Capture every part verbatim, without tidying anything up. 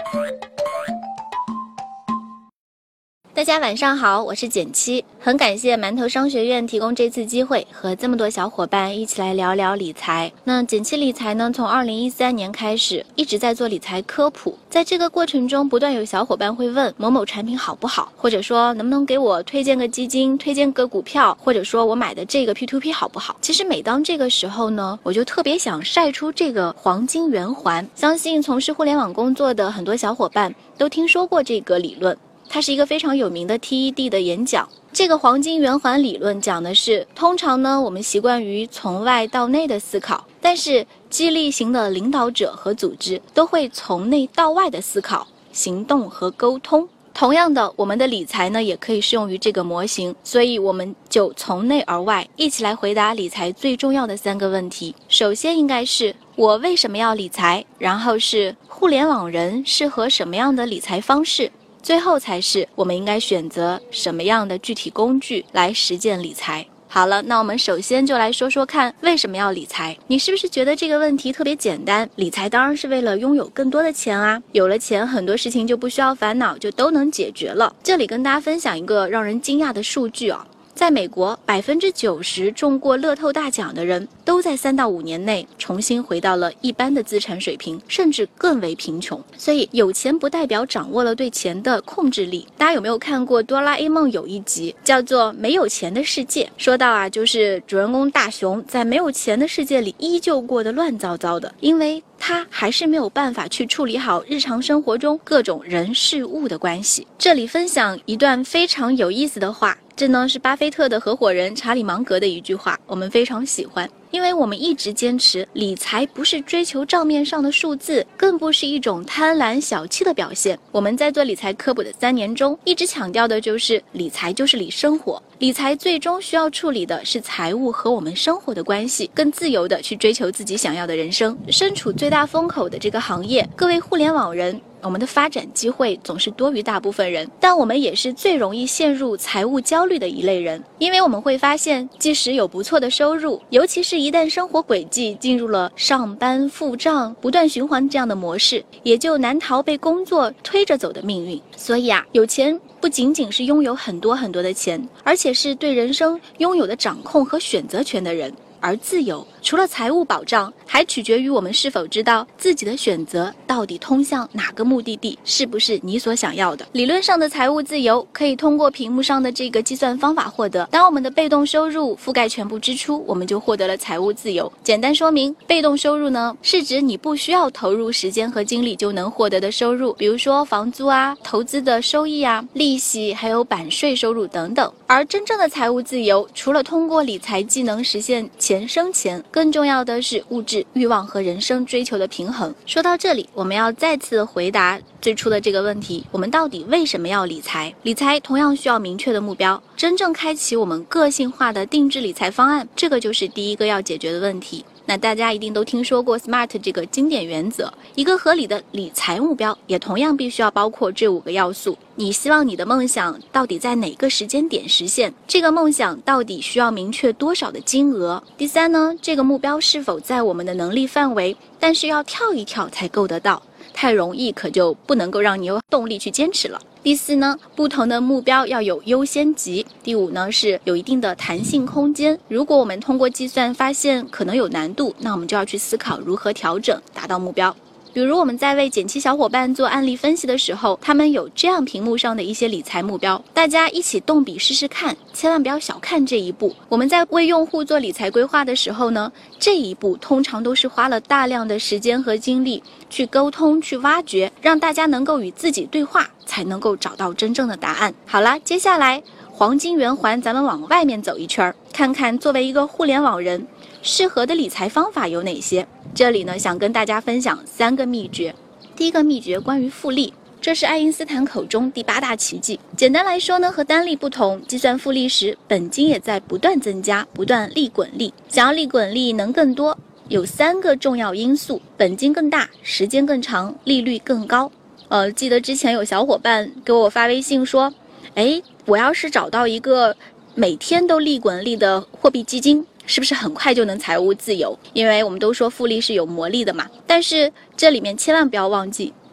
大家晚上好，我是简七，很感谢馒头商学院提供这次机会，和这么多小伙伴一起来聊聊理财。那简七理财呢，从二零一三年开始一直在做理财科普，在这个过程中，不断有小伙伴会问某某产品好不好，或者说能不能给我推荐个基金，推荐个股票，或者说我买的这个 P to P 好不好。其实每当这个时候呢，我就特别想晒出这个黄金圆环，相信从事互联网工作的很多小伙伴都听说过这个理论。它是一个非常有名的 T E D 的演讲。这个黄金圆环理论讲的是，通常呢，我们习惯于从外到内的思考，但是激励型的领导者和组织都会从内到外的思考、行动和沟通。同样的，我们的理财呢，也可以适用于这个模型，所以我们就从内而外一起来回答理财最重要的三个问题。首先应该是我为什么要理财，然后是互联网人适合什么样的理财方式，最后才是我们应该选择什么样的具体工具来实践理财。好了，那我们首先就来说说看为什么要理财。你是不是觉得这个问题特别简单？理财当然是为了拥有更多的钱啊，有了钱很多事情就不需要烦恼，就都能解决了。这里跟大家分享一个让人惊讶的数据啊，在美国，百分之九十中过乐透大奖的人都在三到五年内重新回到了一般的资产水平，甚至更为贫穷。所以有钱不代表掌握了对钱的控制力。大家有没有看过哆啦 A 梦有一集叫做《没有钱的世界》？说到啊，就是主人公大雄在没有钱的世界里依旧过得乱糟糟的，因为他还是没有办法去处理好日常生活中各种人事物的关系。这里分享一段非常有意思的话，这呢是巴菲特的合伙人查理芒格的一句话，我们非常喜欢。因为我们一直坚持，理财不是追求账面上的数字，更不是一种贪婪小气的表现。我们在做理财科普的三年中，一直强调的就是理财就是理生活，理财最终需要处理的是财务和我们生活的关系，更自由的去追求自己想要的人生。身处最大风口的这个行业，各位互联网人，我们的发展机会总是多于大部分人，但我们也是最容易陷入财务焦虑的一类人。因为我们会发现，即使有不错的收入，尤其是一旦生活轨迹进入了上班付账不断循环这样的模式，也就难逃被工作推着走的命运。所以啊，有钱不仅仅是拥有很多很多的钱，而且是对人生拥有的掌控和选择权的人。而自由除了财务保障，还取决于我们是否知道自己的选择到底通向哪个目的地，是不是你所想要的。理论上的财务自由可以通过屏幕上的这个计算方法获得。当我们的被动收入覆盖全部支出，我们就获得了财务自由。简单说明，被动收入呢，是指你不需要投入时间和精力就能获得的收入，比如说房租啊、投资的收益啊、利息，还有版税收入等等。而真正的财务自由，除了通过理财技能实现钱生钱，更重要的是物质欲望和人生追求的平衡。说到这里，我们要再次回答最初的这个问题，我们到底为什么要理财？理财同样需要明确的目标，真正开启我们个性化的定制理财方案，这个就是第一个要解决的问题。那大家一定都听说过 S M A R T 这个经典原则，一个合理的理财目标也同样必须要包括这五个要素。你希望你的梦想到底在哪个时间点实现？这个梦想到底需要明确多少的金额？第三呢，这个目标是否在我们的能力范围，但是要跳一跳才够得到，太容易可就不能够让你有动力去坚持了。第四呢，不同的目标要有优先级。第五呢，是有一定的弹性空间。如果我们通过计算发现可能有难度，那我们就要去思考如何调整，达到目标。比如我们在为减七小伙伴做案例分析的时候，他们有这样屏幕上的一些理财目标，大家一起动笔试试看，千万不要小看这一步。我们在为用户做理财规划的时候呢，这一步通常都是花了大量的时间和精力去沟通、去挖掘，让大家能够与自己对话，才能够找到真正的答案。好了，接下来黄金圆环咱们往外面走一圈，看看作为一个互联网人适合的理财方法有哪些。这里呢，想跟大家分享三个秘诀。第一个秘诀关于复利，这是爱因斯坦口中第八大奇迹。简单来说呢，和单利不同，计算复利时本金也在不断增加，不断利滚利。想要利滚利能更多，有三个重要因素：本金更大，时间更长，利率更高。呃，记得之前有小伙伴给我发微信说，哎，我要是找到一个每天都利滚利的货币基金，是不是很快就能财务自由？因为我们都说复利是有魔力的嘛。但是这里面千万不要忘记，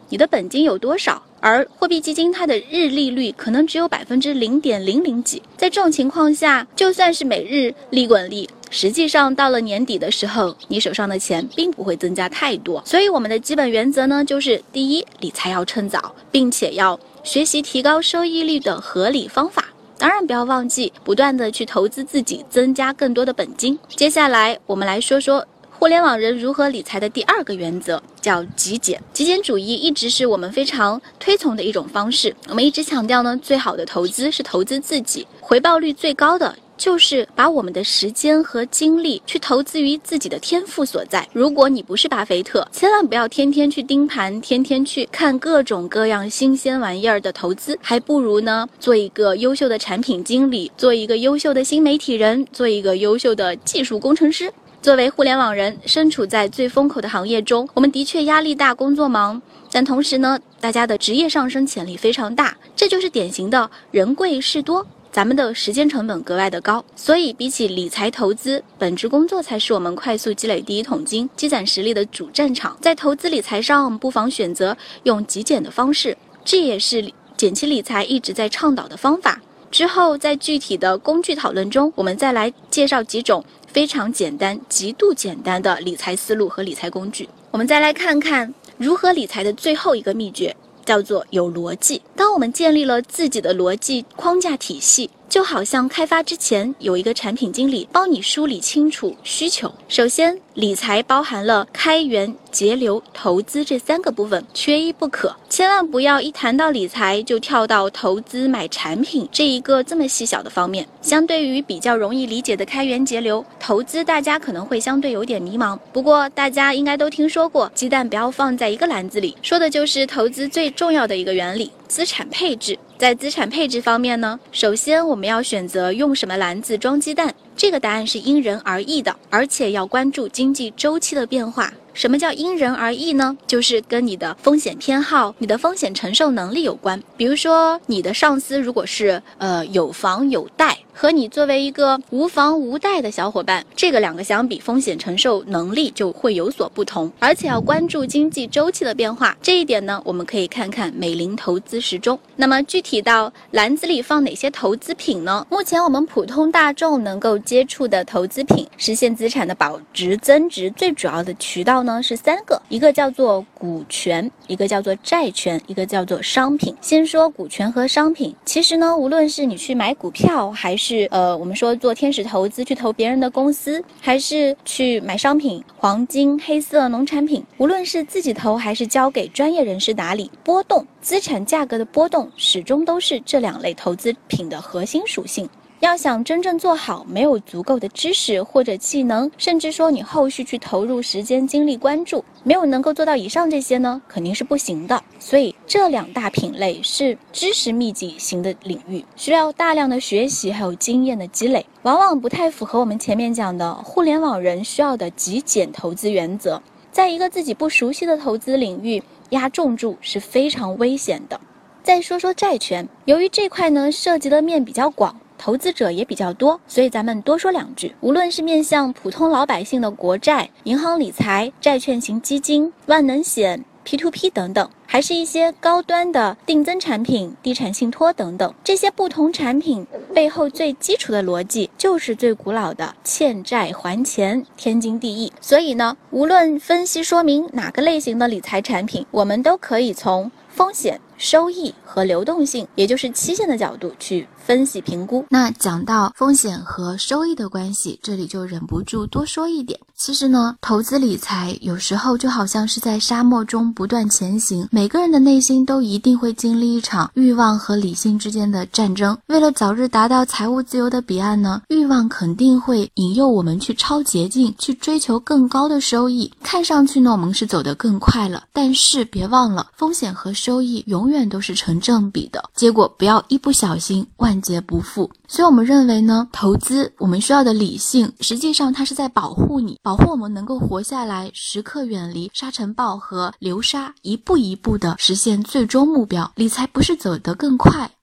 你的本金有多少，而货币基金它的日利率可能只有百分之零点零零几。在这种情况下，就算是每日利滚利，实际上到了年底的时候，你手上的钱并不会增加太多。所以我们的基本原则呢，就是第一，理财要趁早，并且要学习提高收益率的合理方法。当然不要忘记不断的去投资自己，增加更多的本金。接下来我们来说说互联网人如何理财的第二个原则，叫极简。极简主义一直是我们非常推崇的一种方式。我们一直强调呢，最好的投资是投资自己，回报率最高的就是把我们的时间和精力去投资于自己的天赋所在。如果你不是巴菲特，千万不要天天去盯盘，天天去看各种各样新鲜玩意儿的投资，还不如呢做一个优秀的产品经理，做一个优秀的新媒体人，做一个优秀的技术工程师。作为互联网人，身处在最风口的行业中，我们的确压力大，工作忙，但同时呢，大家的职业上升潜力非常大，这就是典型的人贵事多，咱们的时间成本格外的高。所以比起理财投资，本职工作才是我们快速积累第一桶金、积攒实力的主战场。在投资理财上，我们不妨选择用极简的方式，这也是简七理财一直在倡导的方法。之后在具体的工具讨论中，我们再来介绍几种非常简单、极度简单的理财思路和理财工具。我们再来看看如何理财的最后一个秘诀，叫做有逻辑。当我们建立了自己的逻辑框架体系，就好像开发之前有一个产品经理帮你梳理清楚需求。首先，理财包含了开源、节流、投资这三个部分，缺一不可。千万不要一谈到理财就跳到投资买产品这一个这么细小的方面。相对于比较容易理解的开源节流，投资大家可能会相对有点迷茫。不过大家应该都听说过，鸡蛋不要放在一个篮子里，说的就是投资最重要的一个原理，资产配置。在资产配置方面呢，首先我们要选择用什么篮子装鸡蛋，这个答案是因人而异的，而且要关注经济周期的变化。什么叫因人而异呢？就是跟你的风险偏好、你的风险承受能力有关。比如说你的上司如果是呃有房有贷，和你作为一个无房无贷的小伙伴，这个两个相比，风险承受能力就会有所不同。而且要关注经济周期的变化，这一点呢，我们可以看看美林投资时钟。那么具体到篮子里放哪些投资品呢？目前我们普通大众能够接触的投资品，实现资产的保值增值最主要的渠道呢是三个，一个叫做股权，一个叫做债权，一个叫做商品。先说股权和商品，其实呢，无论是你去买股票，还是呃我们说做天使投资去投别人的公司，还是去买商品，黄金、黑色、农产品，无论是自己投还是交给专业人士打理，波动资产价格的波动始终都是这两类投资品的核心属性。要想真正做好，没有足够的知识或者技能，甚至说你后续去投入时间精力关注，没有能够做到以上这些呢，肯定是不行的。所以这两大品类是知识密集型的领域，需要大量的学习还有经验的积累，往往不太符合我们前面讲的互联网人需要的极简投资原则。在一个自己不熟悉的投资领域压重注是非常危险的。再说说债权，由于这块呢涉及的面比较广，投资者也比较多，所以咱们多说两句。无论是面向普通老百姓的国债、银行理财、债券型基金、万能险、P to P 等等，还是一些高端的定增产品、地产信托等等，这些不同产品背后最基础的逻辑就是最古老的欠债还钱，天经地义。所以呢，无论分析说明哪个类型的理财产品，我们都可以从风险、收益和流动性，也就是期限的角度去分析评估。那讲到风险和收益的关系，这里就忍不住多说一点。其实呢，投资理财有时候就好像是在沙漠中不断前行，每个人的内心都一定会经历一场欲望和理性之间的战争。为了早日达到财务自由的彼岸呢，欲望肯定会引诱我们去超捷径，去追求更高的收益。看上去呢，我们是走得更快了，但是别忘了，风险和收益永远都是成正比的，结果不要一不小心万劫不复。所以我们认为呢，投资我们需要的理性，实际上它是在保护你，保护我们能够活下来，时刻远离沙尘暴和流沙，一步一步的实现最终目标。理财不是走得更快，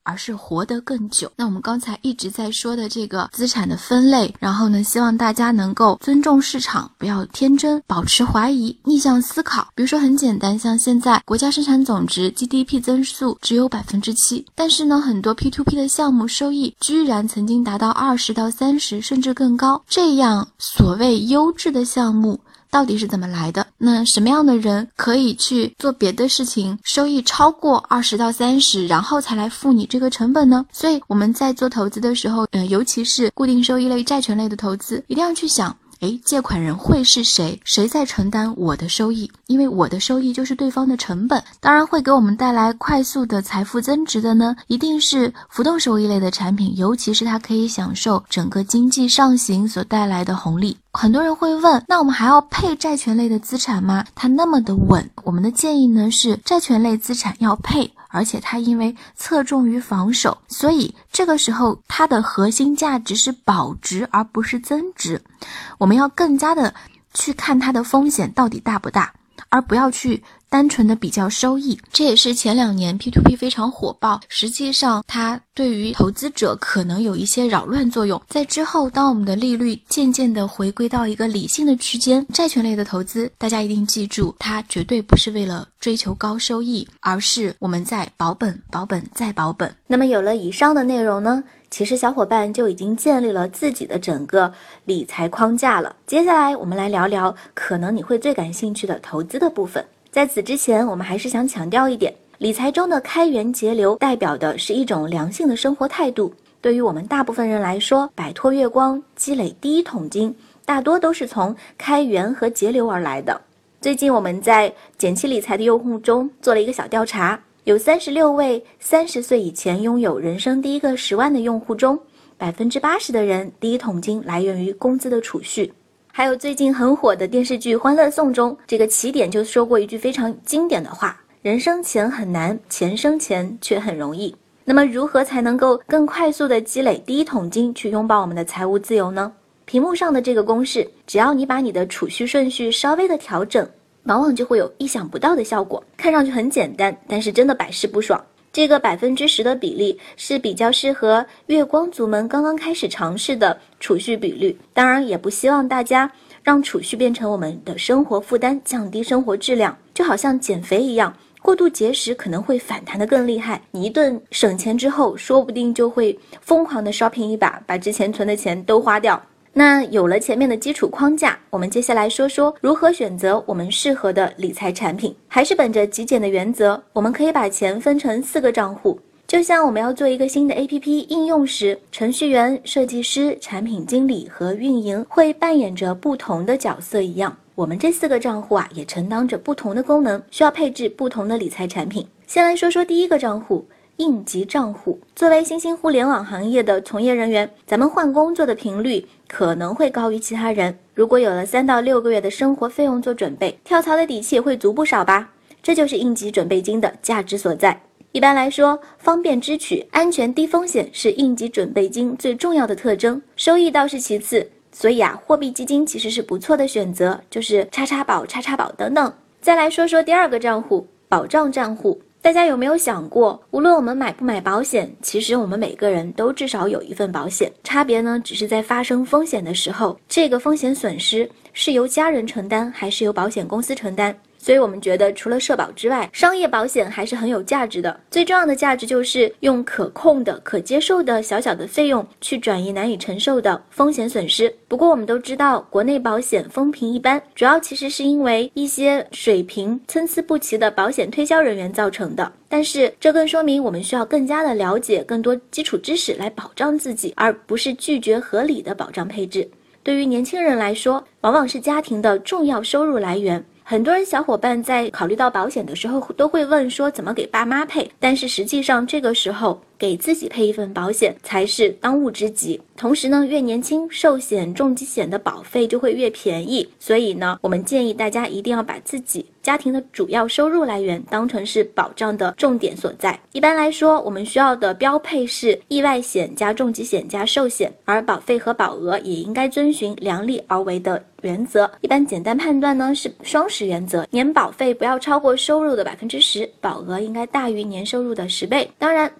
而是活得更久。那我们刚才一直在说的这个资产的分类，然后呢，希望大家能够尊重市场，不要天真，保持怀疑，逆向思考。比如说很简单，像现在国家生产总值 G D P 增速只有 百分之七， 但是呢，很多 P to P 的项目收益居然曾经达到二十到三十甚至更高。这样所谓优质的项目到底是怎么来的？那什么样的人可以去做别的事情，收益超过二十到三十，然后才来付你这个成本呢？所以我们在做投资的时候，呃，尤其是固定收益类、债权类的投资，一定要去想，诶，借款人会是谁？谁在承担我的收益？因为我的收益就是对方的成本。当然会给我们带来快速的财富增值的呢，一定是浮动收益类的产品，尤其是它可以享受整个经济上行所带来的红利。很多人会问，那我们还要配债权类的资产吗？它那么的稳，我们的建议呢是债权类资产要配，而且它因为侧重于防守，所以这个时候它的核心价值是保值而不是增值。我们要更加的去看它的风险到底大不大，而不要去单纯的比较收益。这也是前两年 P to P 非常火爆，实际上它对于投资者可能有一些扰乱作用。在之后，当我们的利率渐渐的回归到一个理性的区间，债权类的投资大家一定记住，它绝对不是为了追求高收益，而是我们在保本保本再保本。那么有了以上的内容呢，其实小伙伴就已经建立了自己的整个理财框架了。接下来我们来聊聊可能你会最感兴趣的投资的部分。在此之前，我们还是想强调一点，理财中的开源节流代表的是一种良性的生活态度。对于我们大部分人来说，摆脱月光，积累第一桶金，大多都是从开源和节流而来的。最近我们在简七理财的用户中做了一个小调查，有三十六位三十岁以前拥有人生第一个十万的用户中， 百分之八十 的人第一桶金来源于工资的储蓄。还有最近很火的电视剧《欢乐颂》中，这个起点就说过一句非常经典的话，人生钱很难，钱生钱却很容易。那么如何才能够更快速的积累第一桶金，去拥抱我们的财务自由呢？屏幕上的这个公式，只要你把你的储蓄顺序稍微的调整，往往就会有意想不到的效果。看上去很简单，但是真的百试不爽。这个 百分之十 的比例是比较适合月光族们刚刚开始尝试的储蓄比率，当然也不希望大家让储蓄变成我们的生活负担，降低生活质量。就好像减肥一样，过度节食可能会反弹得更厉害，你一顿省钱之后，说不定就会疯狂的 shopping 一把，把之前存的钱都花掉。那有了前面的基础框架，我们接下来说说如何选择我们适合的理财产品。还是本着极简的原则，我们可以把钱分成四个账户，就像我们要做一个新的 A P P 应用时，程序员、设计师、产品经理和运营会扮演着不同的角色一样，我们这四个账户啊，也承担着不同的功能，需要配置不同的理财产品。先来说说第一个账户，应急账户。作为新兴互联网行业的从业人员，咱们换工作的频率可能会高于其他人。如果有了三到六个月的生活费用做准备，跳槽的底气也会足不少吧。这就是应急准备金的价值所在。一般来说，方便支取、安全低风险是应急准备金最重要的特征，收益倒是其次。所以啊，货币基金其实是不错的选择，就是叉叉宝、叉叉宝等等。再来说说第二个账户，保障账户。大家有没有想过，无论我们买不买保险，其实我们每个人都至少有一份保险，差别呢只是在发生风险的时候，这个风险损失是由家人承担还是由保险公司承担。所以我们觉得除了社保之外，商业保险还是很有价值的。最重要的价值就是用可控的、可接受的小小的费用去转移难以承受的风险损失。不过我们都知道，国内保险风评一般，主要其实是因为一些水平参差不齐的保险推销人员造成的。但是这更说明我们需要更加的了解更多基础知识来保障自己，而不是拒绝合理的保障配置。对于年轻人来说，往往是家庭的重要收入来源。很多人小伙伴在考虑到保险的时候都会问说怎么给爸妈配，但是实际上这个时候给自己配一份保险才是当务之急。同时呢，越年轻寿险、重疾险的保费就会越便宜，所以呢，我们建议大家一定要把自己家庭的主要收入来源当成是保障的重点所在。一般来说，我们需要的标配是意外险加重疾险加寿险，而保费和保额也应该遵循量力而为的原则。一般简单判断呢是双十原则，年保费不要超过收入的 百分之十， 保额应该大于年收入的十倍。当然，保险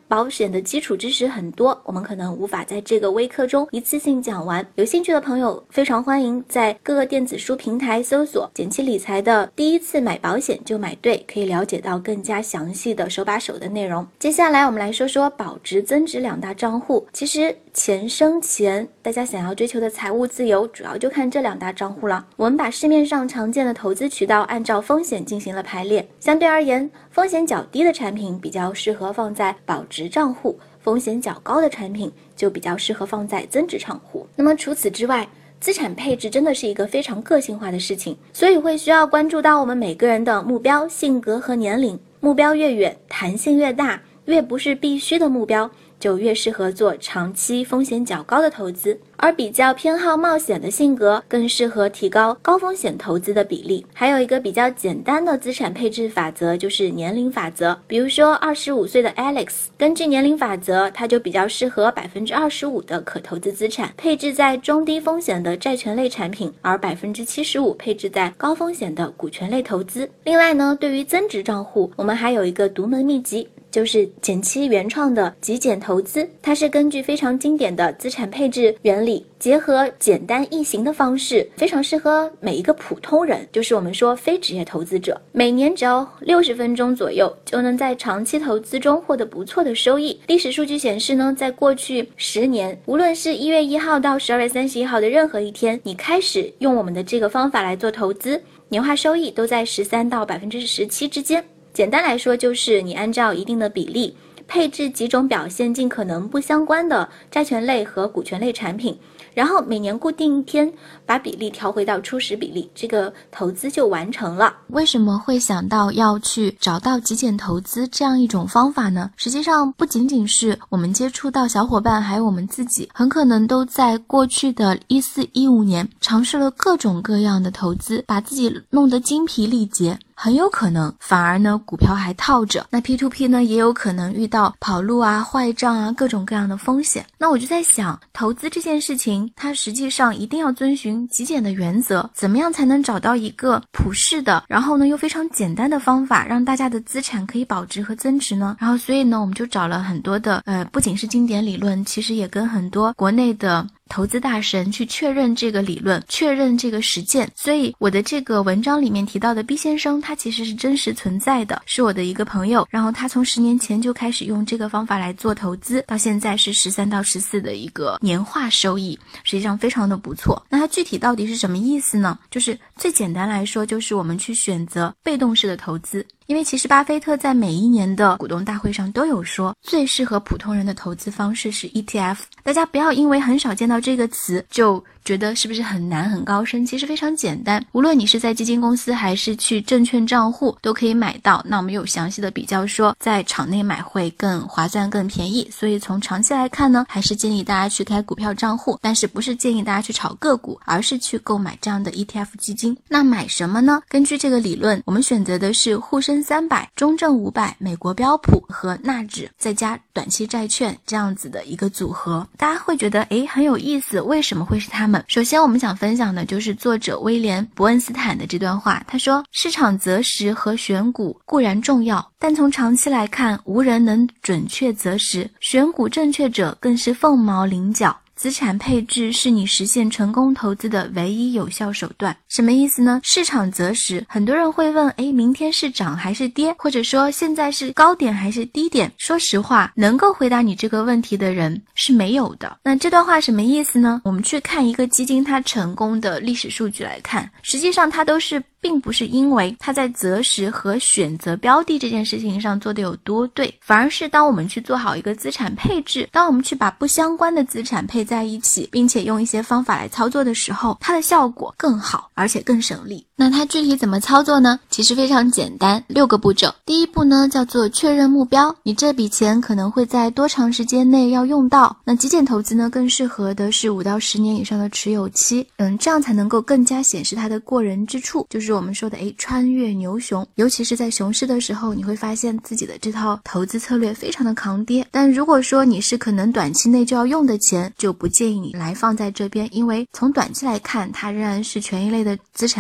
险的基础知识很多，我们可能无法在这个微课中一次性讲完。有兴趣的朋友非常欢迎在各个电子书平台搜索简七理财的第一次买保险就买对，可以了解到更加详细的手把手的内容。接下来我们来说说保值增值两大账户。其实钱生钱，大家想要追求的财务自由主要就看这两大账户了。我们把市面上常见的投资渠道按照风险进行了排列，相对而言，风险较低的产品比较适合放在保值账户，风险较高的产品就比较适合放在增值账户。那么除此之外，资产配置真的是一个非常个性化的事情，所以会需要关注到我们每个人的目标、性格和年龄。目标越远，弹性越大，越不是必须的目标，就越适合做长期风险较高的投资，而比较偏好冒险的性格更适合提高高风险投资的比例。还有一个比较简单的资产配置法则，就是年龄法则。比如说二十五岁的 Alex， 根据年龄法则，他就比较适合 百分之二十五 的可投资资产配置在中低风险的债权类产品，而 百分之七十五 配置在高风险的股权类投资。另外呢，对于增值账户，我们还有一个独门秘籍，就是简七原创的极简投资。它是根据非常经典的资产配置原理，结合简单易行的方式，非常适合每一个普通人，就是我们说非职业投资者。每年只要六十分钟左右，就能在长期投资中获得不错的收益。历史数据显示呢，在过去十年，无论是一月一号到十二月三十一号的任何一天，你开始用我们的这个方法来做投资，年化收益都在十三到百分之十七之间。简单来说，就是你按照一定的比例配置几种表现尽可能不相关的债权类和股权类产品，然后每年固定一天把比例调回到初始比例，这个投资就完成了。为什么会想到要去找到极简投资这样一种方法呢？实际上不仅仅是我们接触到小伙伴，还有我们自己，很可能都在过去的一四一五年尝试了各种各样的投资，把自己弄得精疲力竭，很有可能反而呢股票还套着，那 P to P 呢也有可能遇到跑路啊、坏账啊各种各样的风险。那我就在想，投资这件事情它实际上一定要遵循极简的原则，怎么样才能找到一个普适的，然后呢又非常简单的方法，让大家的资产可以保值和增值呢？然后所以呢我们就找了很多的呃，不仅是经典理论，其实也跟很多国内的投资大神去确认这个理论，确认这个实践。所以我的这个文章里面提到的 B 先生，他其实是真实存在的，是我的一个朋友，然后他从十年前就开始用这个方法来做投资，到现在是十三到十四的一个年化收益，实际上非常的不错。那它具体到底是什么意思呢？就是最简单来说，就是我们去选择被动式的投资。因为其实巴菲特在每一年的股东大会上都有说，最适合普通人的投资方式是 E T F。 大家不要因为很少见到这个词就觉得是不是很难很高深，其实非常简单，无论你是在基金公司还是去证券账户都可以买到。那我们有详细的比较说在场内买会更划算更便宜，所以从长期来看呢，还是建议大家去开股票账户，但是不是建议大家去炒个股，而是去购买这样的 E T F 基金。那买什么呢？根据这个理论，我们选择的是沪深三百、中证五百、美国标普和纳指，再加短期债券这样子的一个组合。大家会觉得诶很有意思，为什么会是他们？首先我们想分享的就是作者威廉·伯恩斯坦的这段话，他说，市场择时和选股固然重要，但从长期来看，无人能准确择时，选股正确者更是凤毛麟角。资产配置是你实现成功投资的唯一有效手段。什么意思呢？市场择时，很多人会问，诶，明天是涨还是跌？或者说现在是高点还是低点？说实话，能够回答你这个问题的人是没有的。那这段话什么意思呢？我们去看一个基金它成功的历史数据来看，实际上它都是并不是因为它在择时和选择标的这件事情上做的有多对，反而是当我们去做好一个资产配置，当我们去把不相关的资产配在一起，并且用一些方法来操作的时候，它的效果更好，而且更省力。那它具体怎么操作呢？其实非常简单，六个步骤。第一步呢，叫做确认目标，你这笔钱可能会在多长时间内要用到。那极简投资呢，更适合的是五到十年以上的持有期，嗯，这样才能够更加显示它的过人之处，就是我们说的诶，穿越牛熊。尤其是在熊市的时候，你会发现自己的这套投资策略非常的抗跌。但如果说你是可能短期内就要用的钱，就不建议你来放在这边，因为从短期来看，它仍然是权益类的资产比较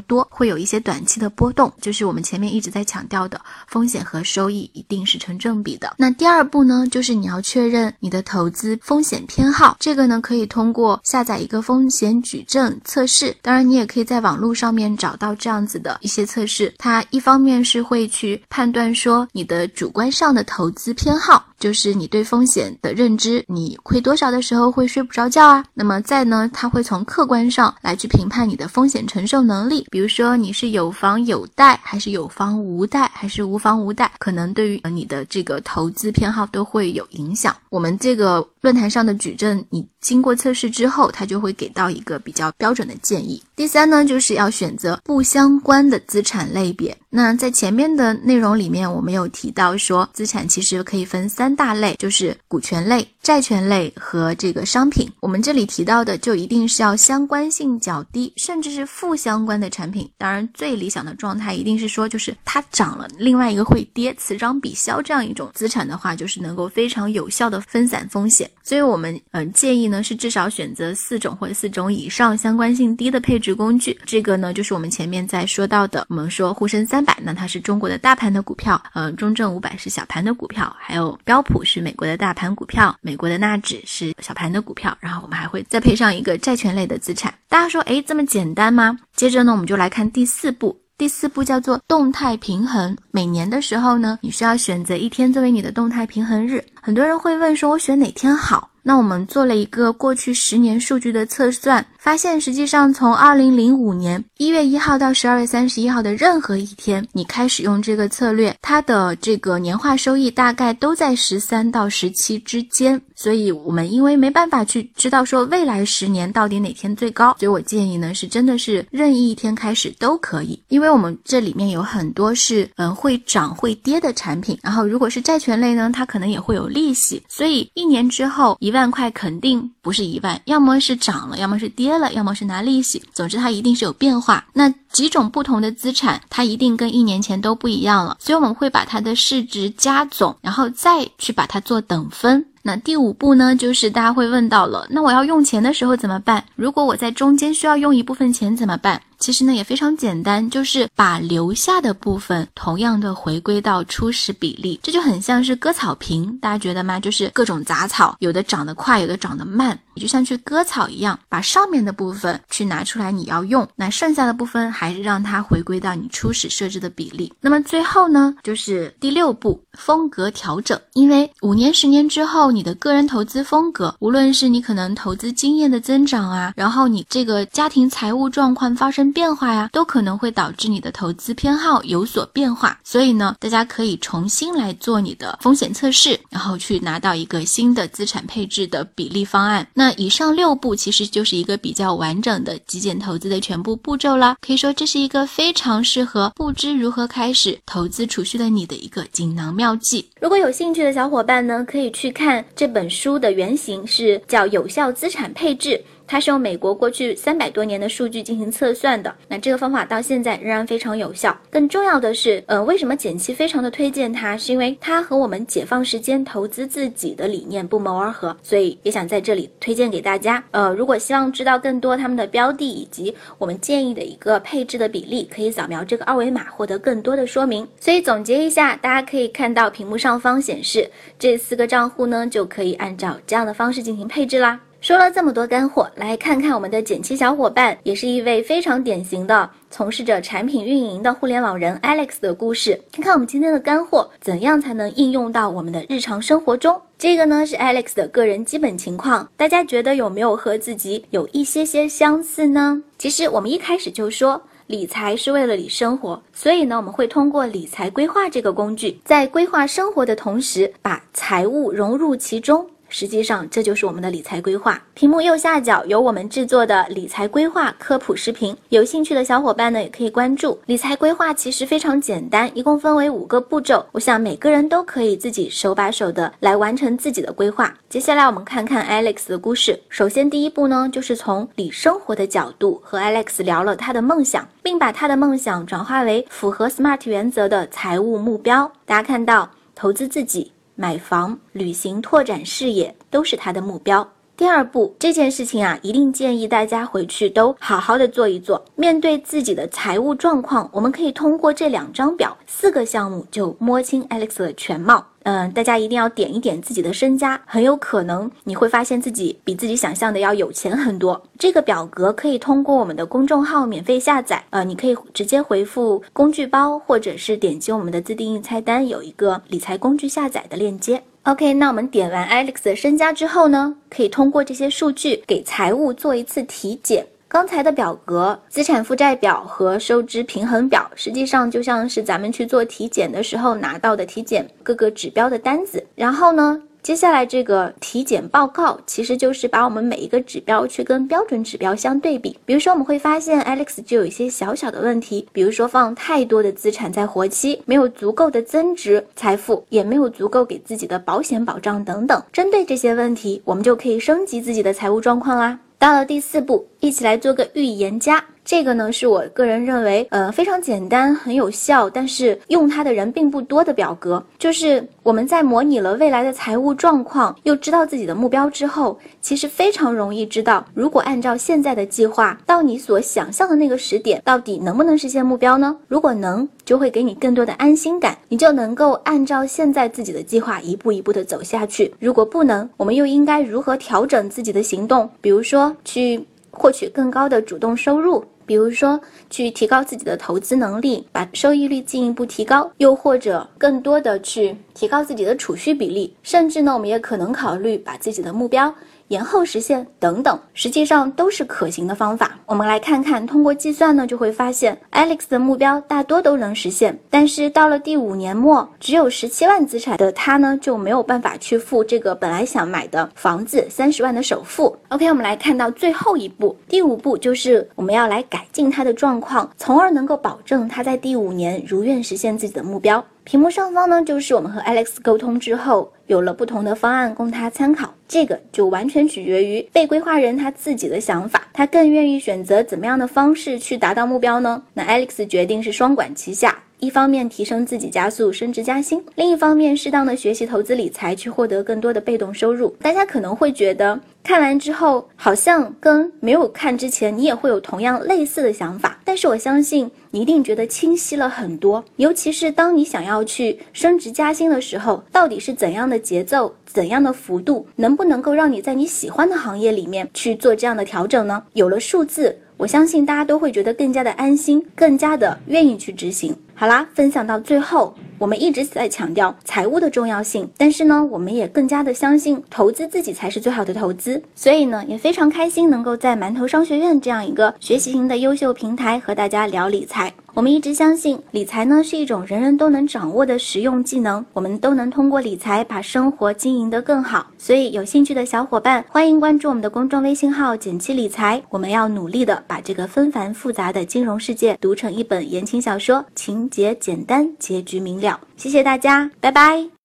多，会有一些短期的波动，就是我们前面一直在强调的风险和收益一定是成正比的。那第二步呢，就是你要确认你的投资风险偏好，这个呢可以通过下载一个风险矩阵测试，当然你也可以在网络上面找到这样子的一些测试，它一方面是会去判断说你的主观上的投资偏好，就是你对风险的认知，你亏多少的时候会睡不着觉啊。那么再呢，它会从客观上来去评判你的风险承受能力，比如说你是有房有贷还是有房无贷还是无房无贷，可能对于你的这个投资偏好都会有影响。我们这个论坛上的矩阵，你经过测试之后，它就会给到一个比较标准的建议。第三呢，就是要选择不相关的资产类别。那在前面的内容里面，我们有提到说，资产其实可以分三大类，就是股权类、债权类和这个商品。我们这里提到的就一定是要相关性较低，甚至是负相关的产品。当然最理想的状态一定是说，就是它涨了，另外一个会跌，此涨彼消，这样一种资产的话，就是能够非常有效的分散风险。所以我们嗯、呃、建议呢是至少选择四种或者四种以上相关性低的配置工具。这个呢就是我们前面在说到的，我们说沪深三百，那它是中国的大盘的股票，呃中证五百是小盘的股票，还有标普是美国的大盘股票，美国的纳指是小盘的股票，然后我们还会再配上一个债权类的资产。大家说诶这么简单吗？接着呢我们就来看第四步。第四步叫做动态平衡。每年的时候呢，你需要选择一天作为你的动态平衡日。很多人会问说，我选哪天好？那我们做了一个过去十年数据的测算，发现实际上从二零零五年一月一号到十二月三十一号的任何一天，你开始用这个策略，它的这个年化收益大概都在十三到十七之间。所以我们因为没办法去知道说未来十年到底哪天最高，所以我建议呢是真的是任意一天开始都可以，因为我们这里面有很多是嗯会涨会跌的产品，然后如果是债权类呢，它可能也会有利息，所以一年之后一万块肯定不是一万，要么是涨了，要么是跌了，要么是拿利息，总之它一定是有变化。那几种不同的资产，它一定跟一年前都不一样了，所以我们会把它的市值加总，然后再去把它做等分。那第五步呢，就是大家会问到了，那我要用钱的时候怎么办？如果我在中间需要用一部分钱怎么办？其实呢也非常简单，就是把留下的部分同样的回归到初始比例。这就很像是割草坪，大家觉得吗？就是各种杂草，有的长得快，有的长得慢，你就像去割草一样，把上面的部分去拿出来你要用，那剩下的部分还是让它回归到你初始设置的比例。那么最后呢，就是第六步，风格调整。因为五年十年之后，你的个人投资风格，无论是你可能投资经验的增长啊，然后你这个家庭财务状况发生变化呀，都可能会导致你的投资偏好有所变化。所以呢，大家可以重新来做你的风险测试，然后去拿到一个新的资产配置的比例方案。那以上六步其实就是一个比较完整的极简投资的全部步骤啦，可以说这是一个非常适合不知如何开始投资储蓄的你的一个锦囊妙计。如果有兴趣的小伙伴呢，可以去看这本书的原型，是叫有效资产配置，它是用美国过去三百多年的数据进行测算的，那这个方法到现在仍然非常有效。更重要的是，呃，为什么简七非常的推荐它，是因为它和我们解放时间投资自己的理念不谋而合，所以也想在这里推荐给大家。呃，如果希望知道更多他们的标的以及我们建议的一个配置的比例，可以扫描这个二维码获得更多的说明。所以总结一下，大家可以看到屏幕上方显示这四个账户呢，就可以按照这样的方式进行配置啦。说了这么多干货，来看看我们的简七小伙伴，也是一位非常典型的从事着产品运营的互联网人 Alex 的故事，看看我们今天的干货怎样才能应用到我们的日常生活中。这个呢是 Alex 的个人基本情况，大家觉得有没有和自己有一些些相似呢？其实我们一开始就说理财是为了理生活，所以呢我们会通过理财规划这个工具，在规划生活的同时把财务融入其中，实际上这就是我们的理财规划。屏幕右下角有我们制作的理财规划科普视频，有兴趣的小伙伴呢也可以关注。理财规划其实非常简单，一共分为五个步骤，我想每个人都可以自己手把手的来完成自己的规划。接下来我们看看 Alex 的故事。首先第一步呢，就是从理生活的角度和 Alex 聊了他的梦想，并把他的梦想转化为符合 SMART 原则的财务目标。大家看到投资自己、买房、旅行、拓展视野都是他的目标。 第二步，这件事情啊，一定建议大家回去都好好的做一做。面对自己的财务状况，我们可以通过这两张表四个项目就摸清 Alex 的全貌。嗯，大家一定要点一点自己的身家，很有可能你会发现自己比自己想象的要有钱很多。这个表格可以通过我们的公众号免费下载，呃，你可以直接回复工具包，或者是点击我们的自定义菜单，有一个理财工具下载的链接。OK， 那我们点完 Alex 的身家之后呢，可以通过这些数据给财务做一次体检。刚才的表格资产负债表和收支平衡表实际上就像是咱们去做体检的时候拿到的体检各个指标的单子，然后呢接下来这个体检报告其实就是把我们每一个指标去跟标准指标相对比。比如说我们会发现 Alex 就有一些小小的问题，比如说放太多的资产在活期，没有足够的增值财富，也没有足够给自己的保险保障等等。针对这些问题，我们就可以升级自己的财务状况啦。到了第四步，一起来做个预言家。这个呢是我个人认为呃非常简单很有效，但是用它的人并不多的表格。就是我们在模拟了未来的财务状况，又知道自己的目标之后，其实非常容易知道，如果按照现在的计划，到你所想象的那个时点，到底能不能实现目标呢？如果能，就会给你更多的安心感，你就能够按照现在自己的计划一步一步的走下去。如果不能，我们又应该如何调整自己的行动？比如说去获取更高的主动收入，比如说去提高自己的投资能力，把收益率进一步提高，又或者更多的去提高自己的储蓄比例，甚至呢我们也可能考虑把自己的目标延后实现等等，实际上都是可行的方法。我们来看看，通过计算呢就会发现 Alex 的目标大多都能实现，但是到了第五年末，只有十七万资产的他呢就没有办法去付这个本来想买的房子三十万的首付。 OK， 我们来看到最后一步，第五步就是我们要来改进他的状况，从而能够保证他在第五年如愿实现自己的目标。屏幕上方呢就是我们和 Alex 沟通之后有了不同的方案供他参考，这个就完全取决于被规划人他自己的想法，他更愿意选择怎么样的方式去达到目标呢？那 Alex 决定是双管齐下，一方面提升自己加速升职加薪，另一方面适当的学习投资理财去获得更多的被动收入。大家可能会觉得看完之后好像跟没有看之前你也会有同样类似的想法，但是我相信你一定觉得清晰了很多，尤其是当你想要去升职加薪的时候，到底是怎样的节奏，怎样的幅度，能不能够让你在你喜欢的行业里面去做这样的调整呢？有了数字，我相信大家都会觉得更加的安心，更加的愿意去执行。好啦，分享到最后，我们一直在强调财务的重要性，但是呢，我们也更加的相信投资自己才是最好的投资。所以呢，也非常开心能够在馒头商学院这样一个学习型的优秀平台和大家聊理财。我们一直相信理财呢是一种人人都能掌握的实用技能，我们都能通过理财把生活经营得更好。所以有兴趣的小伙伴欢迎关注我们的公众微信号简七理财，我们要努力的把这个纷繁复杂的金融世界读成一本言情小说，情节简单，结局明了。谢谢大家，拜拜。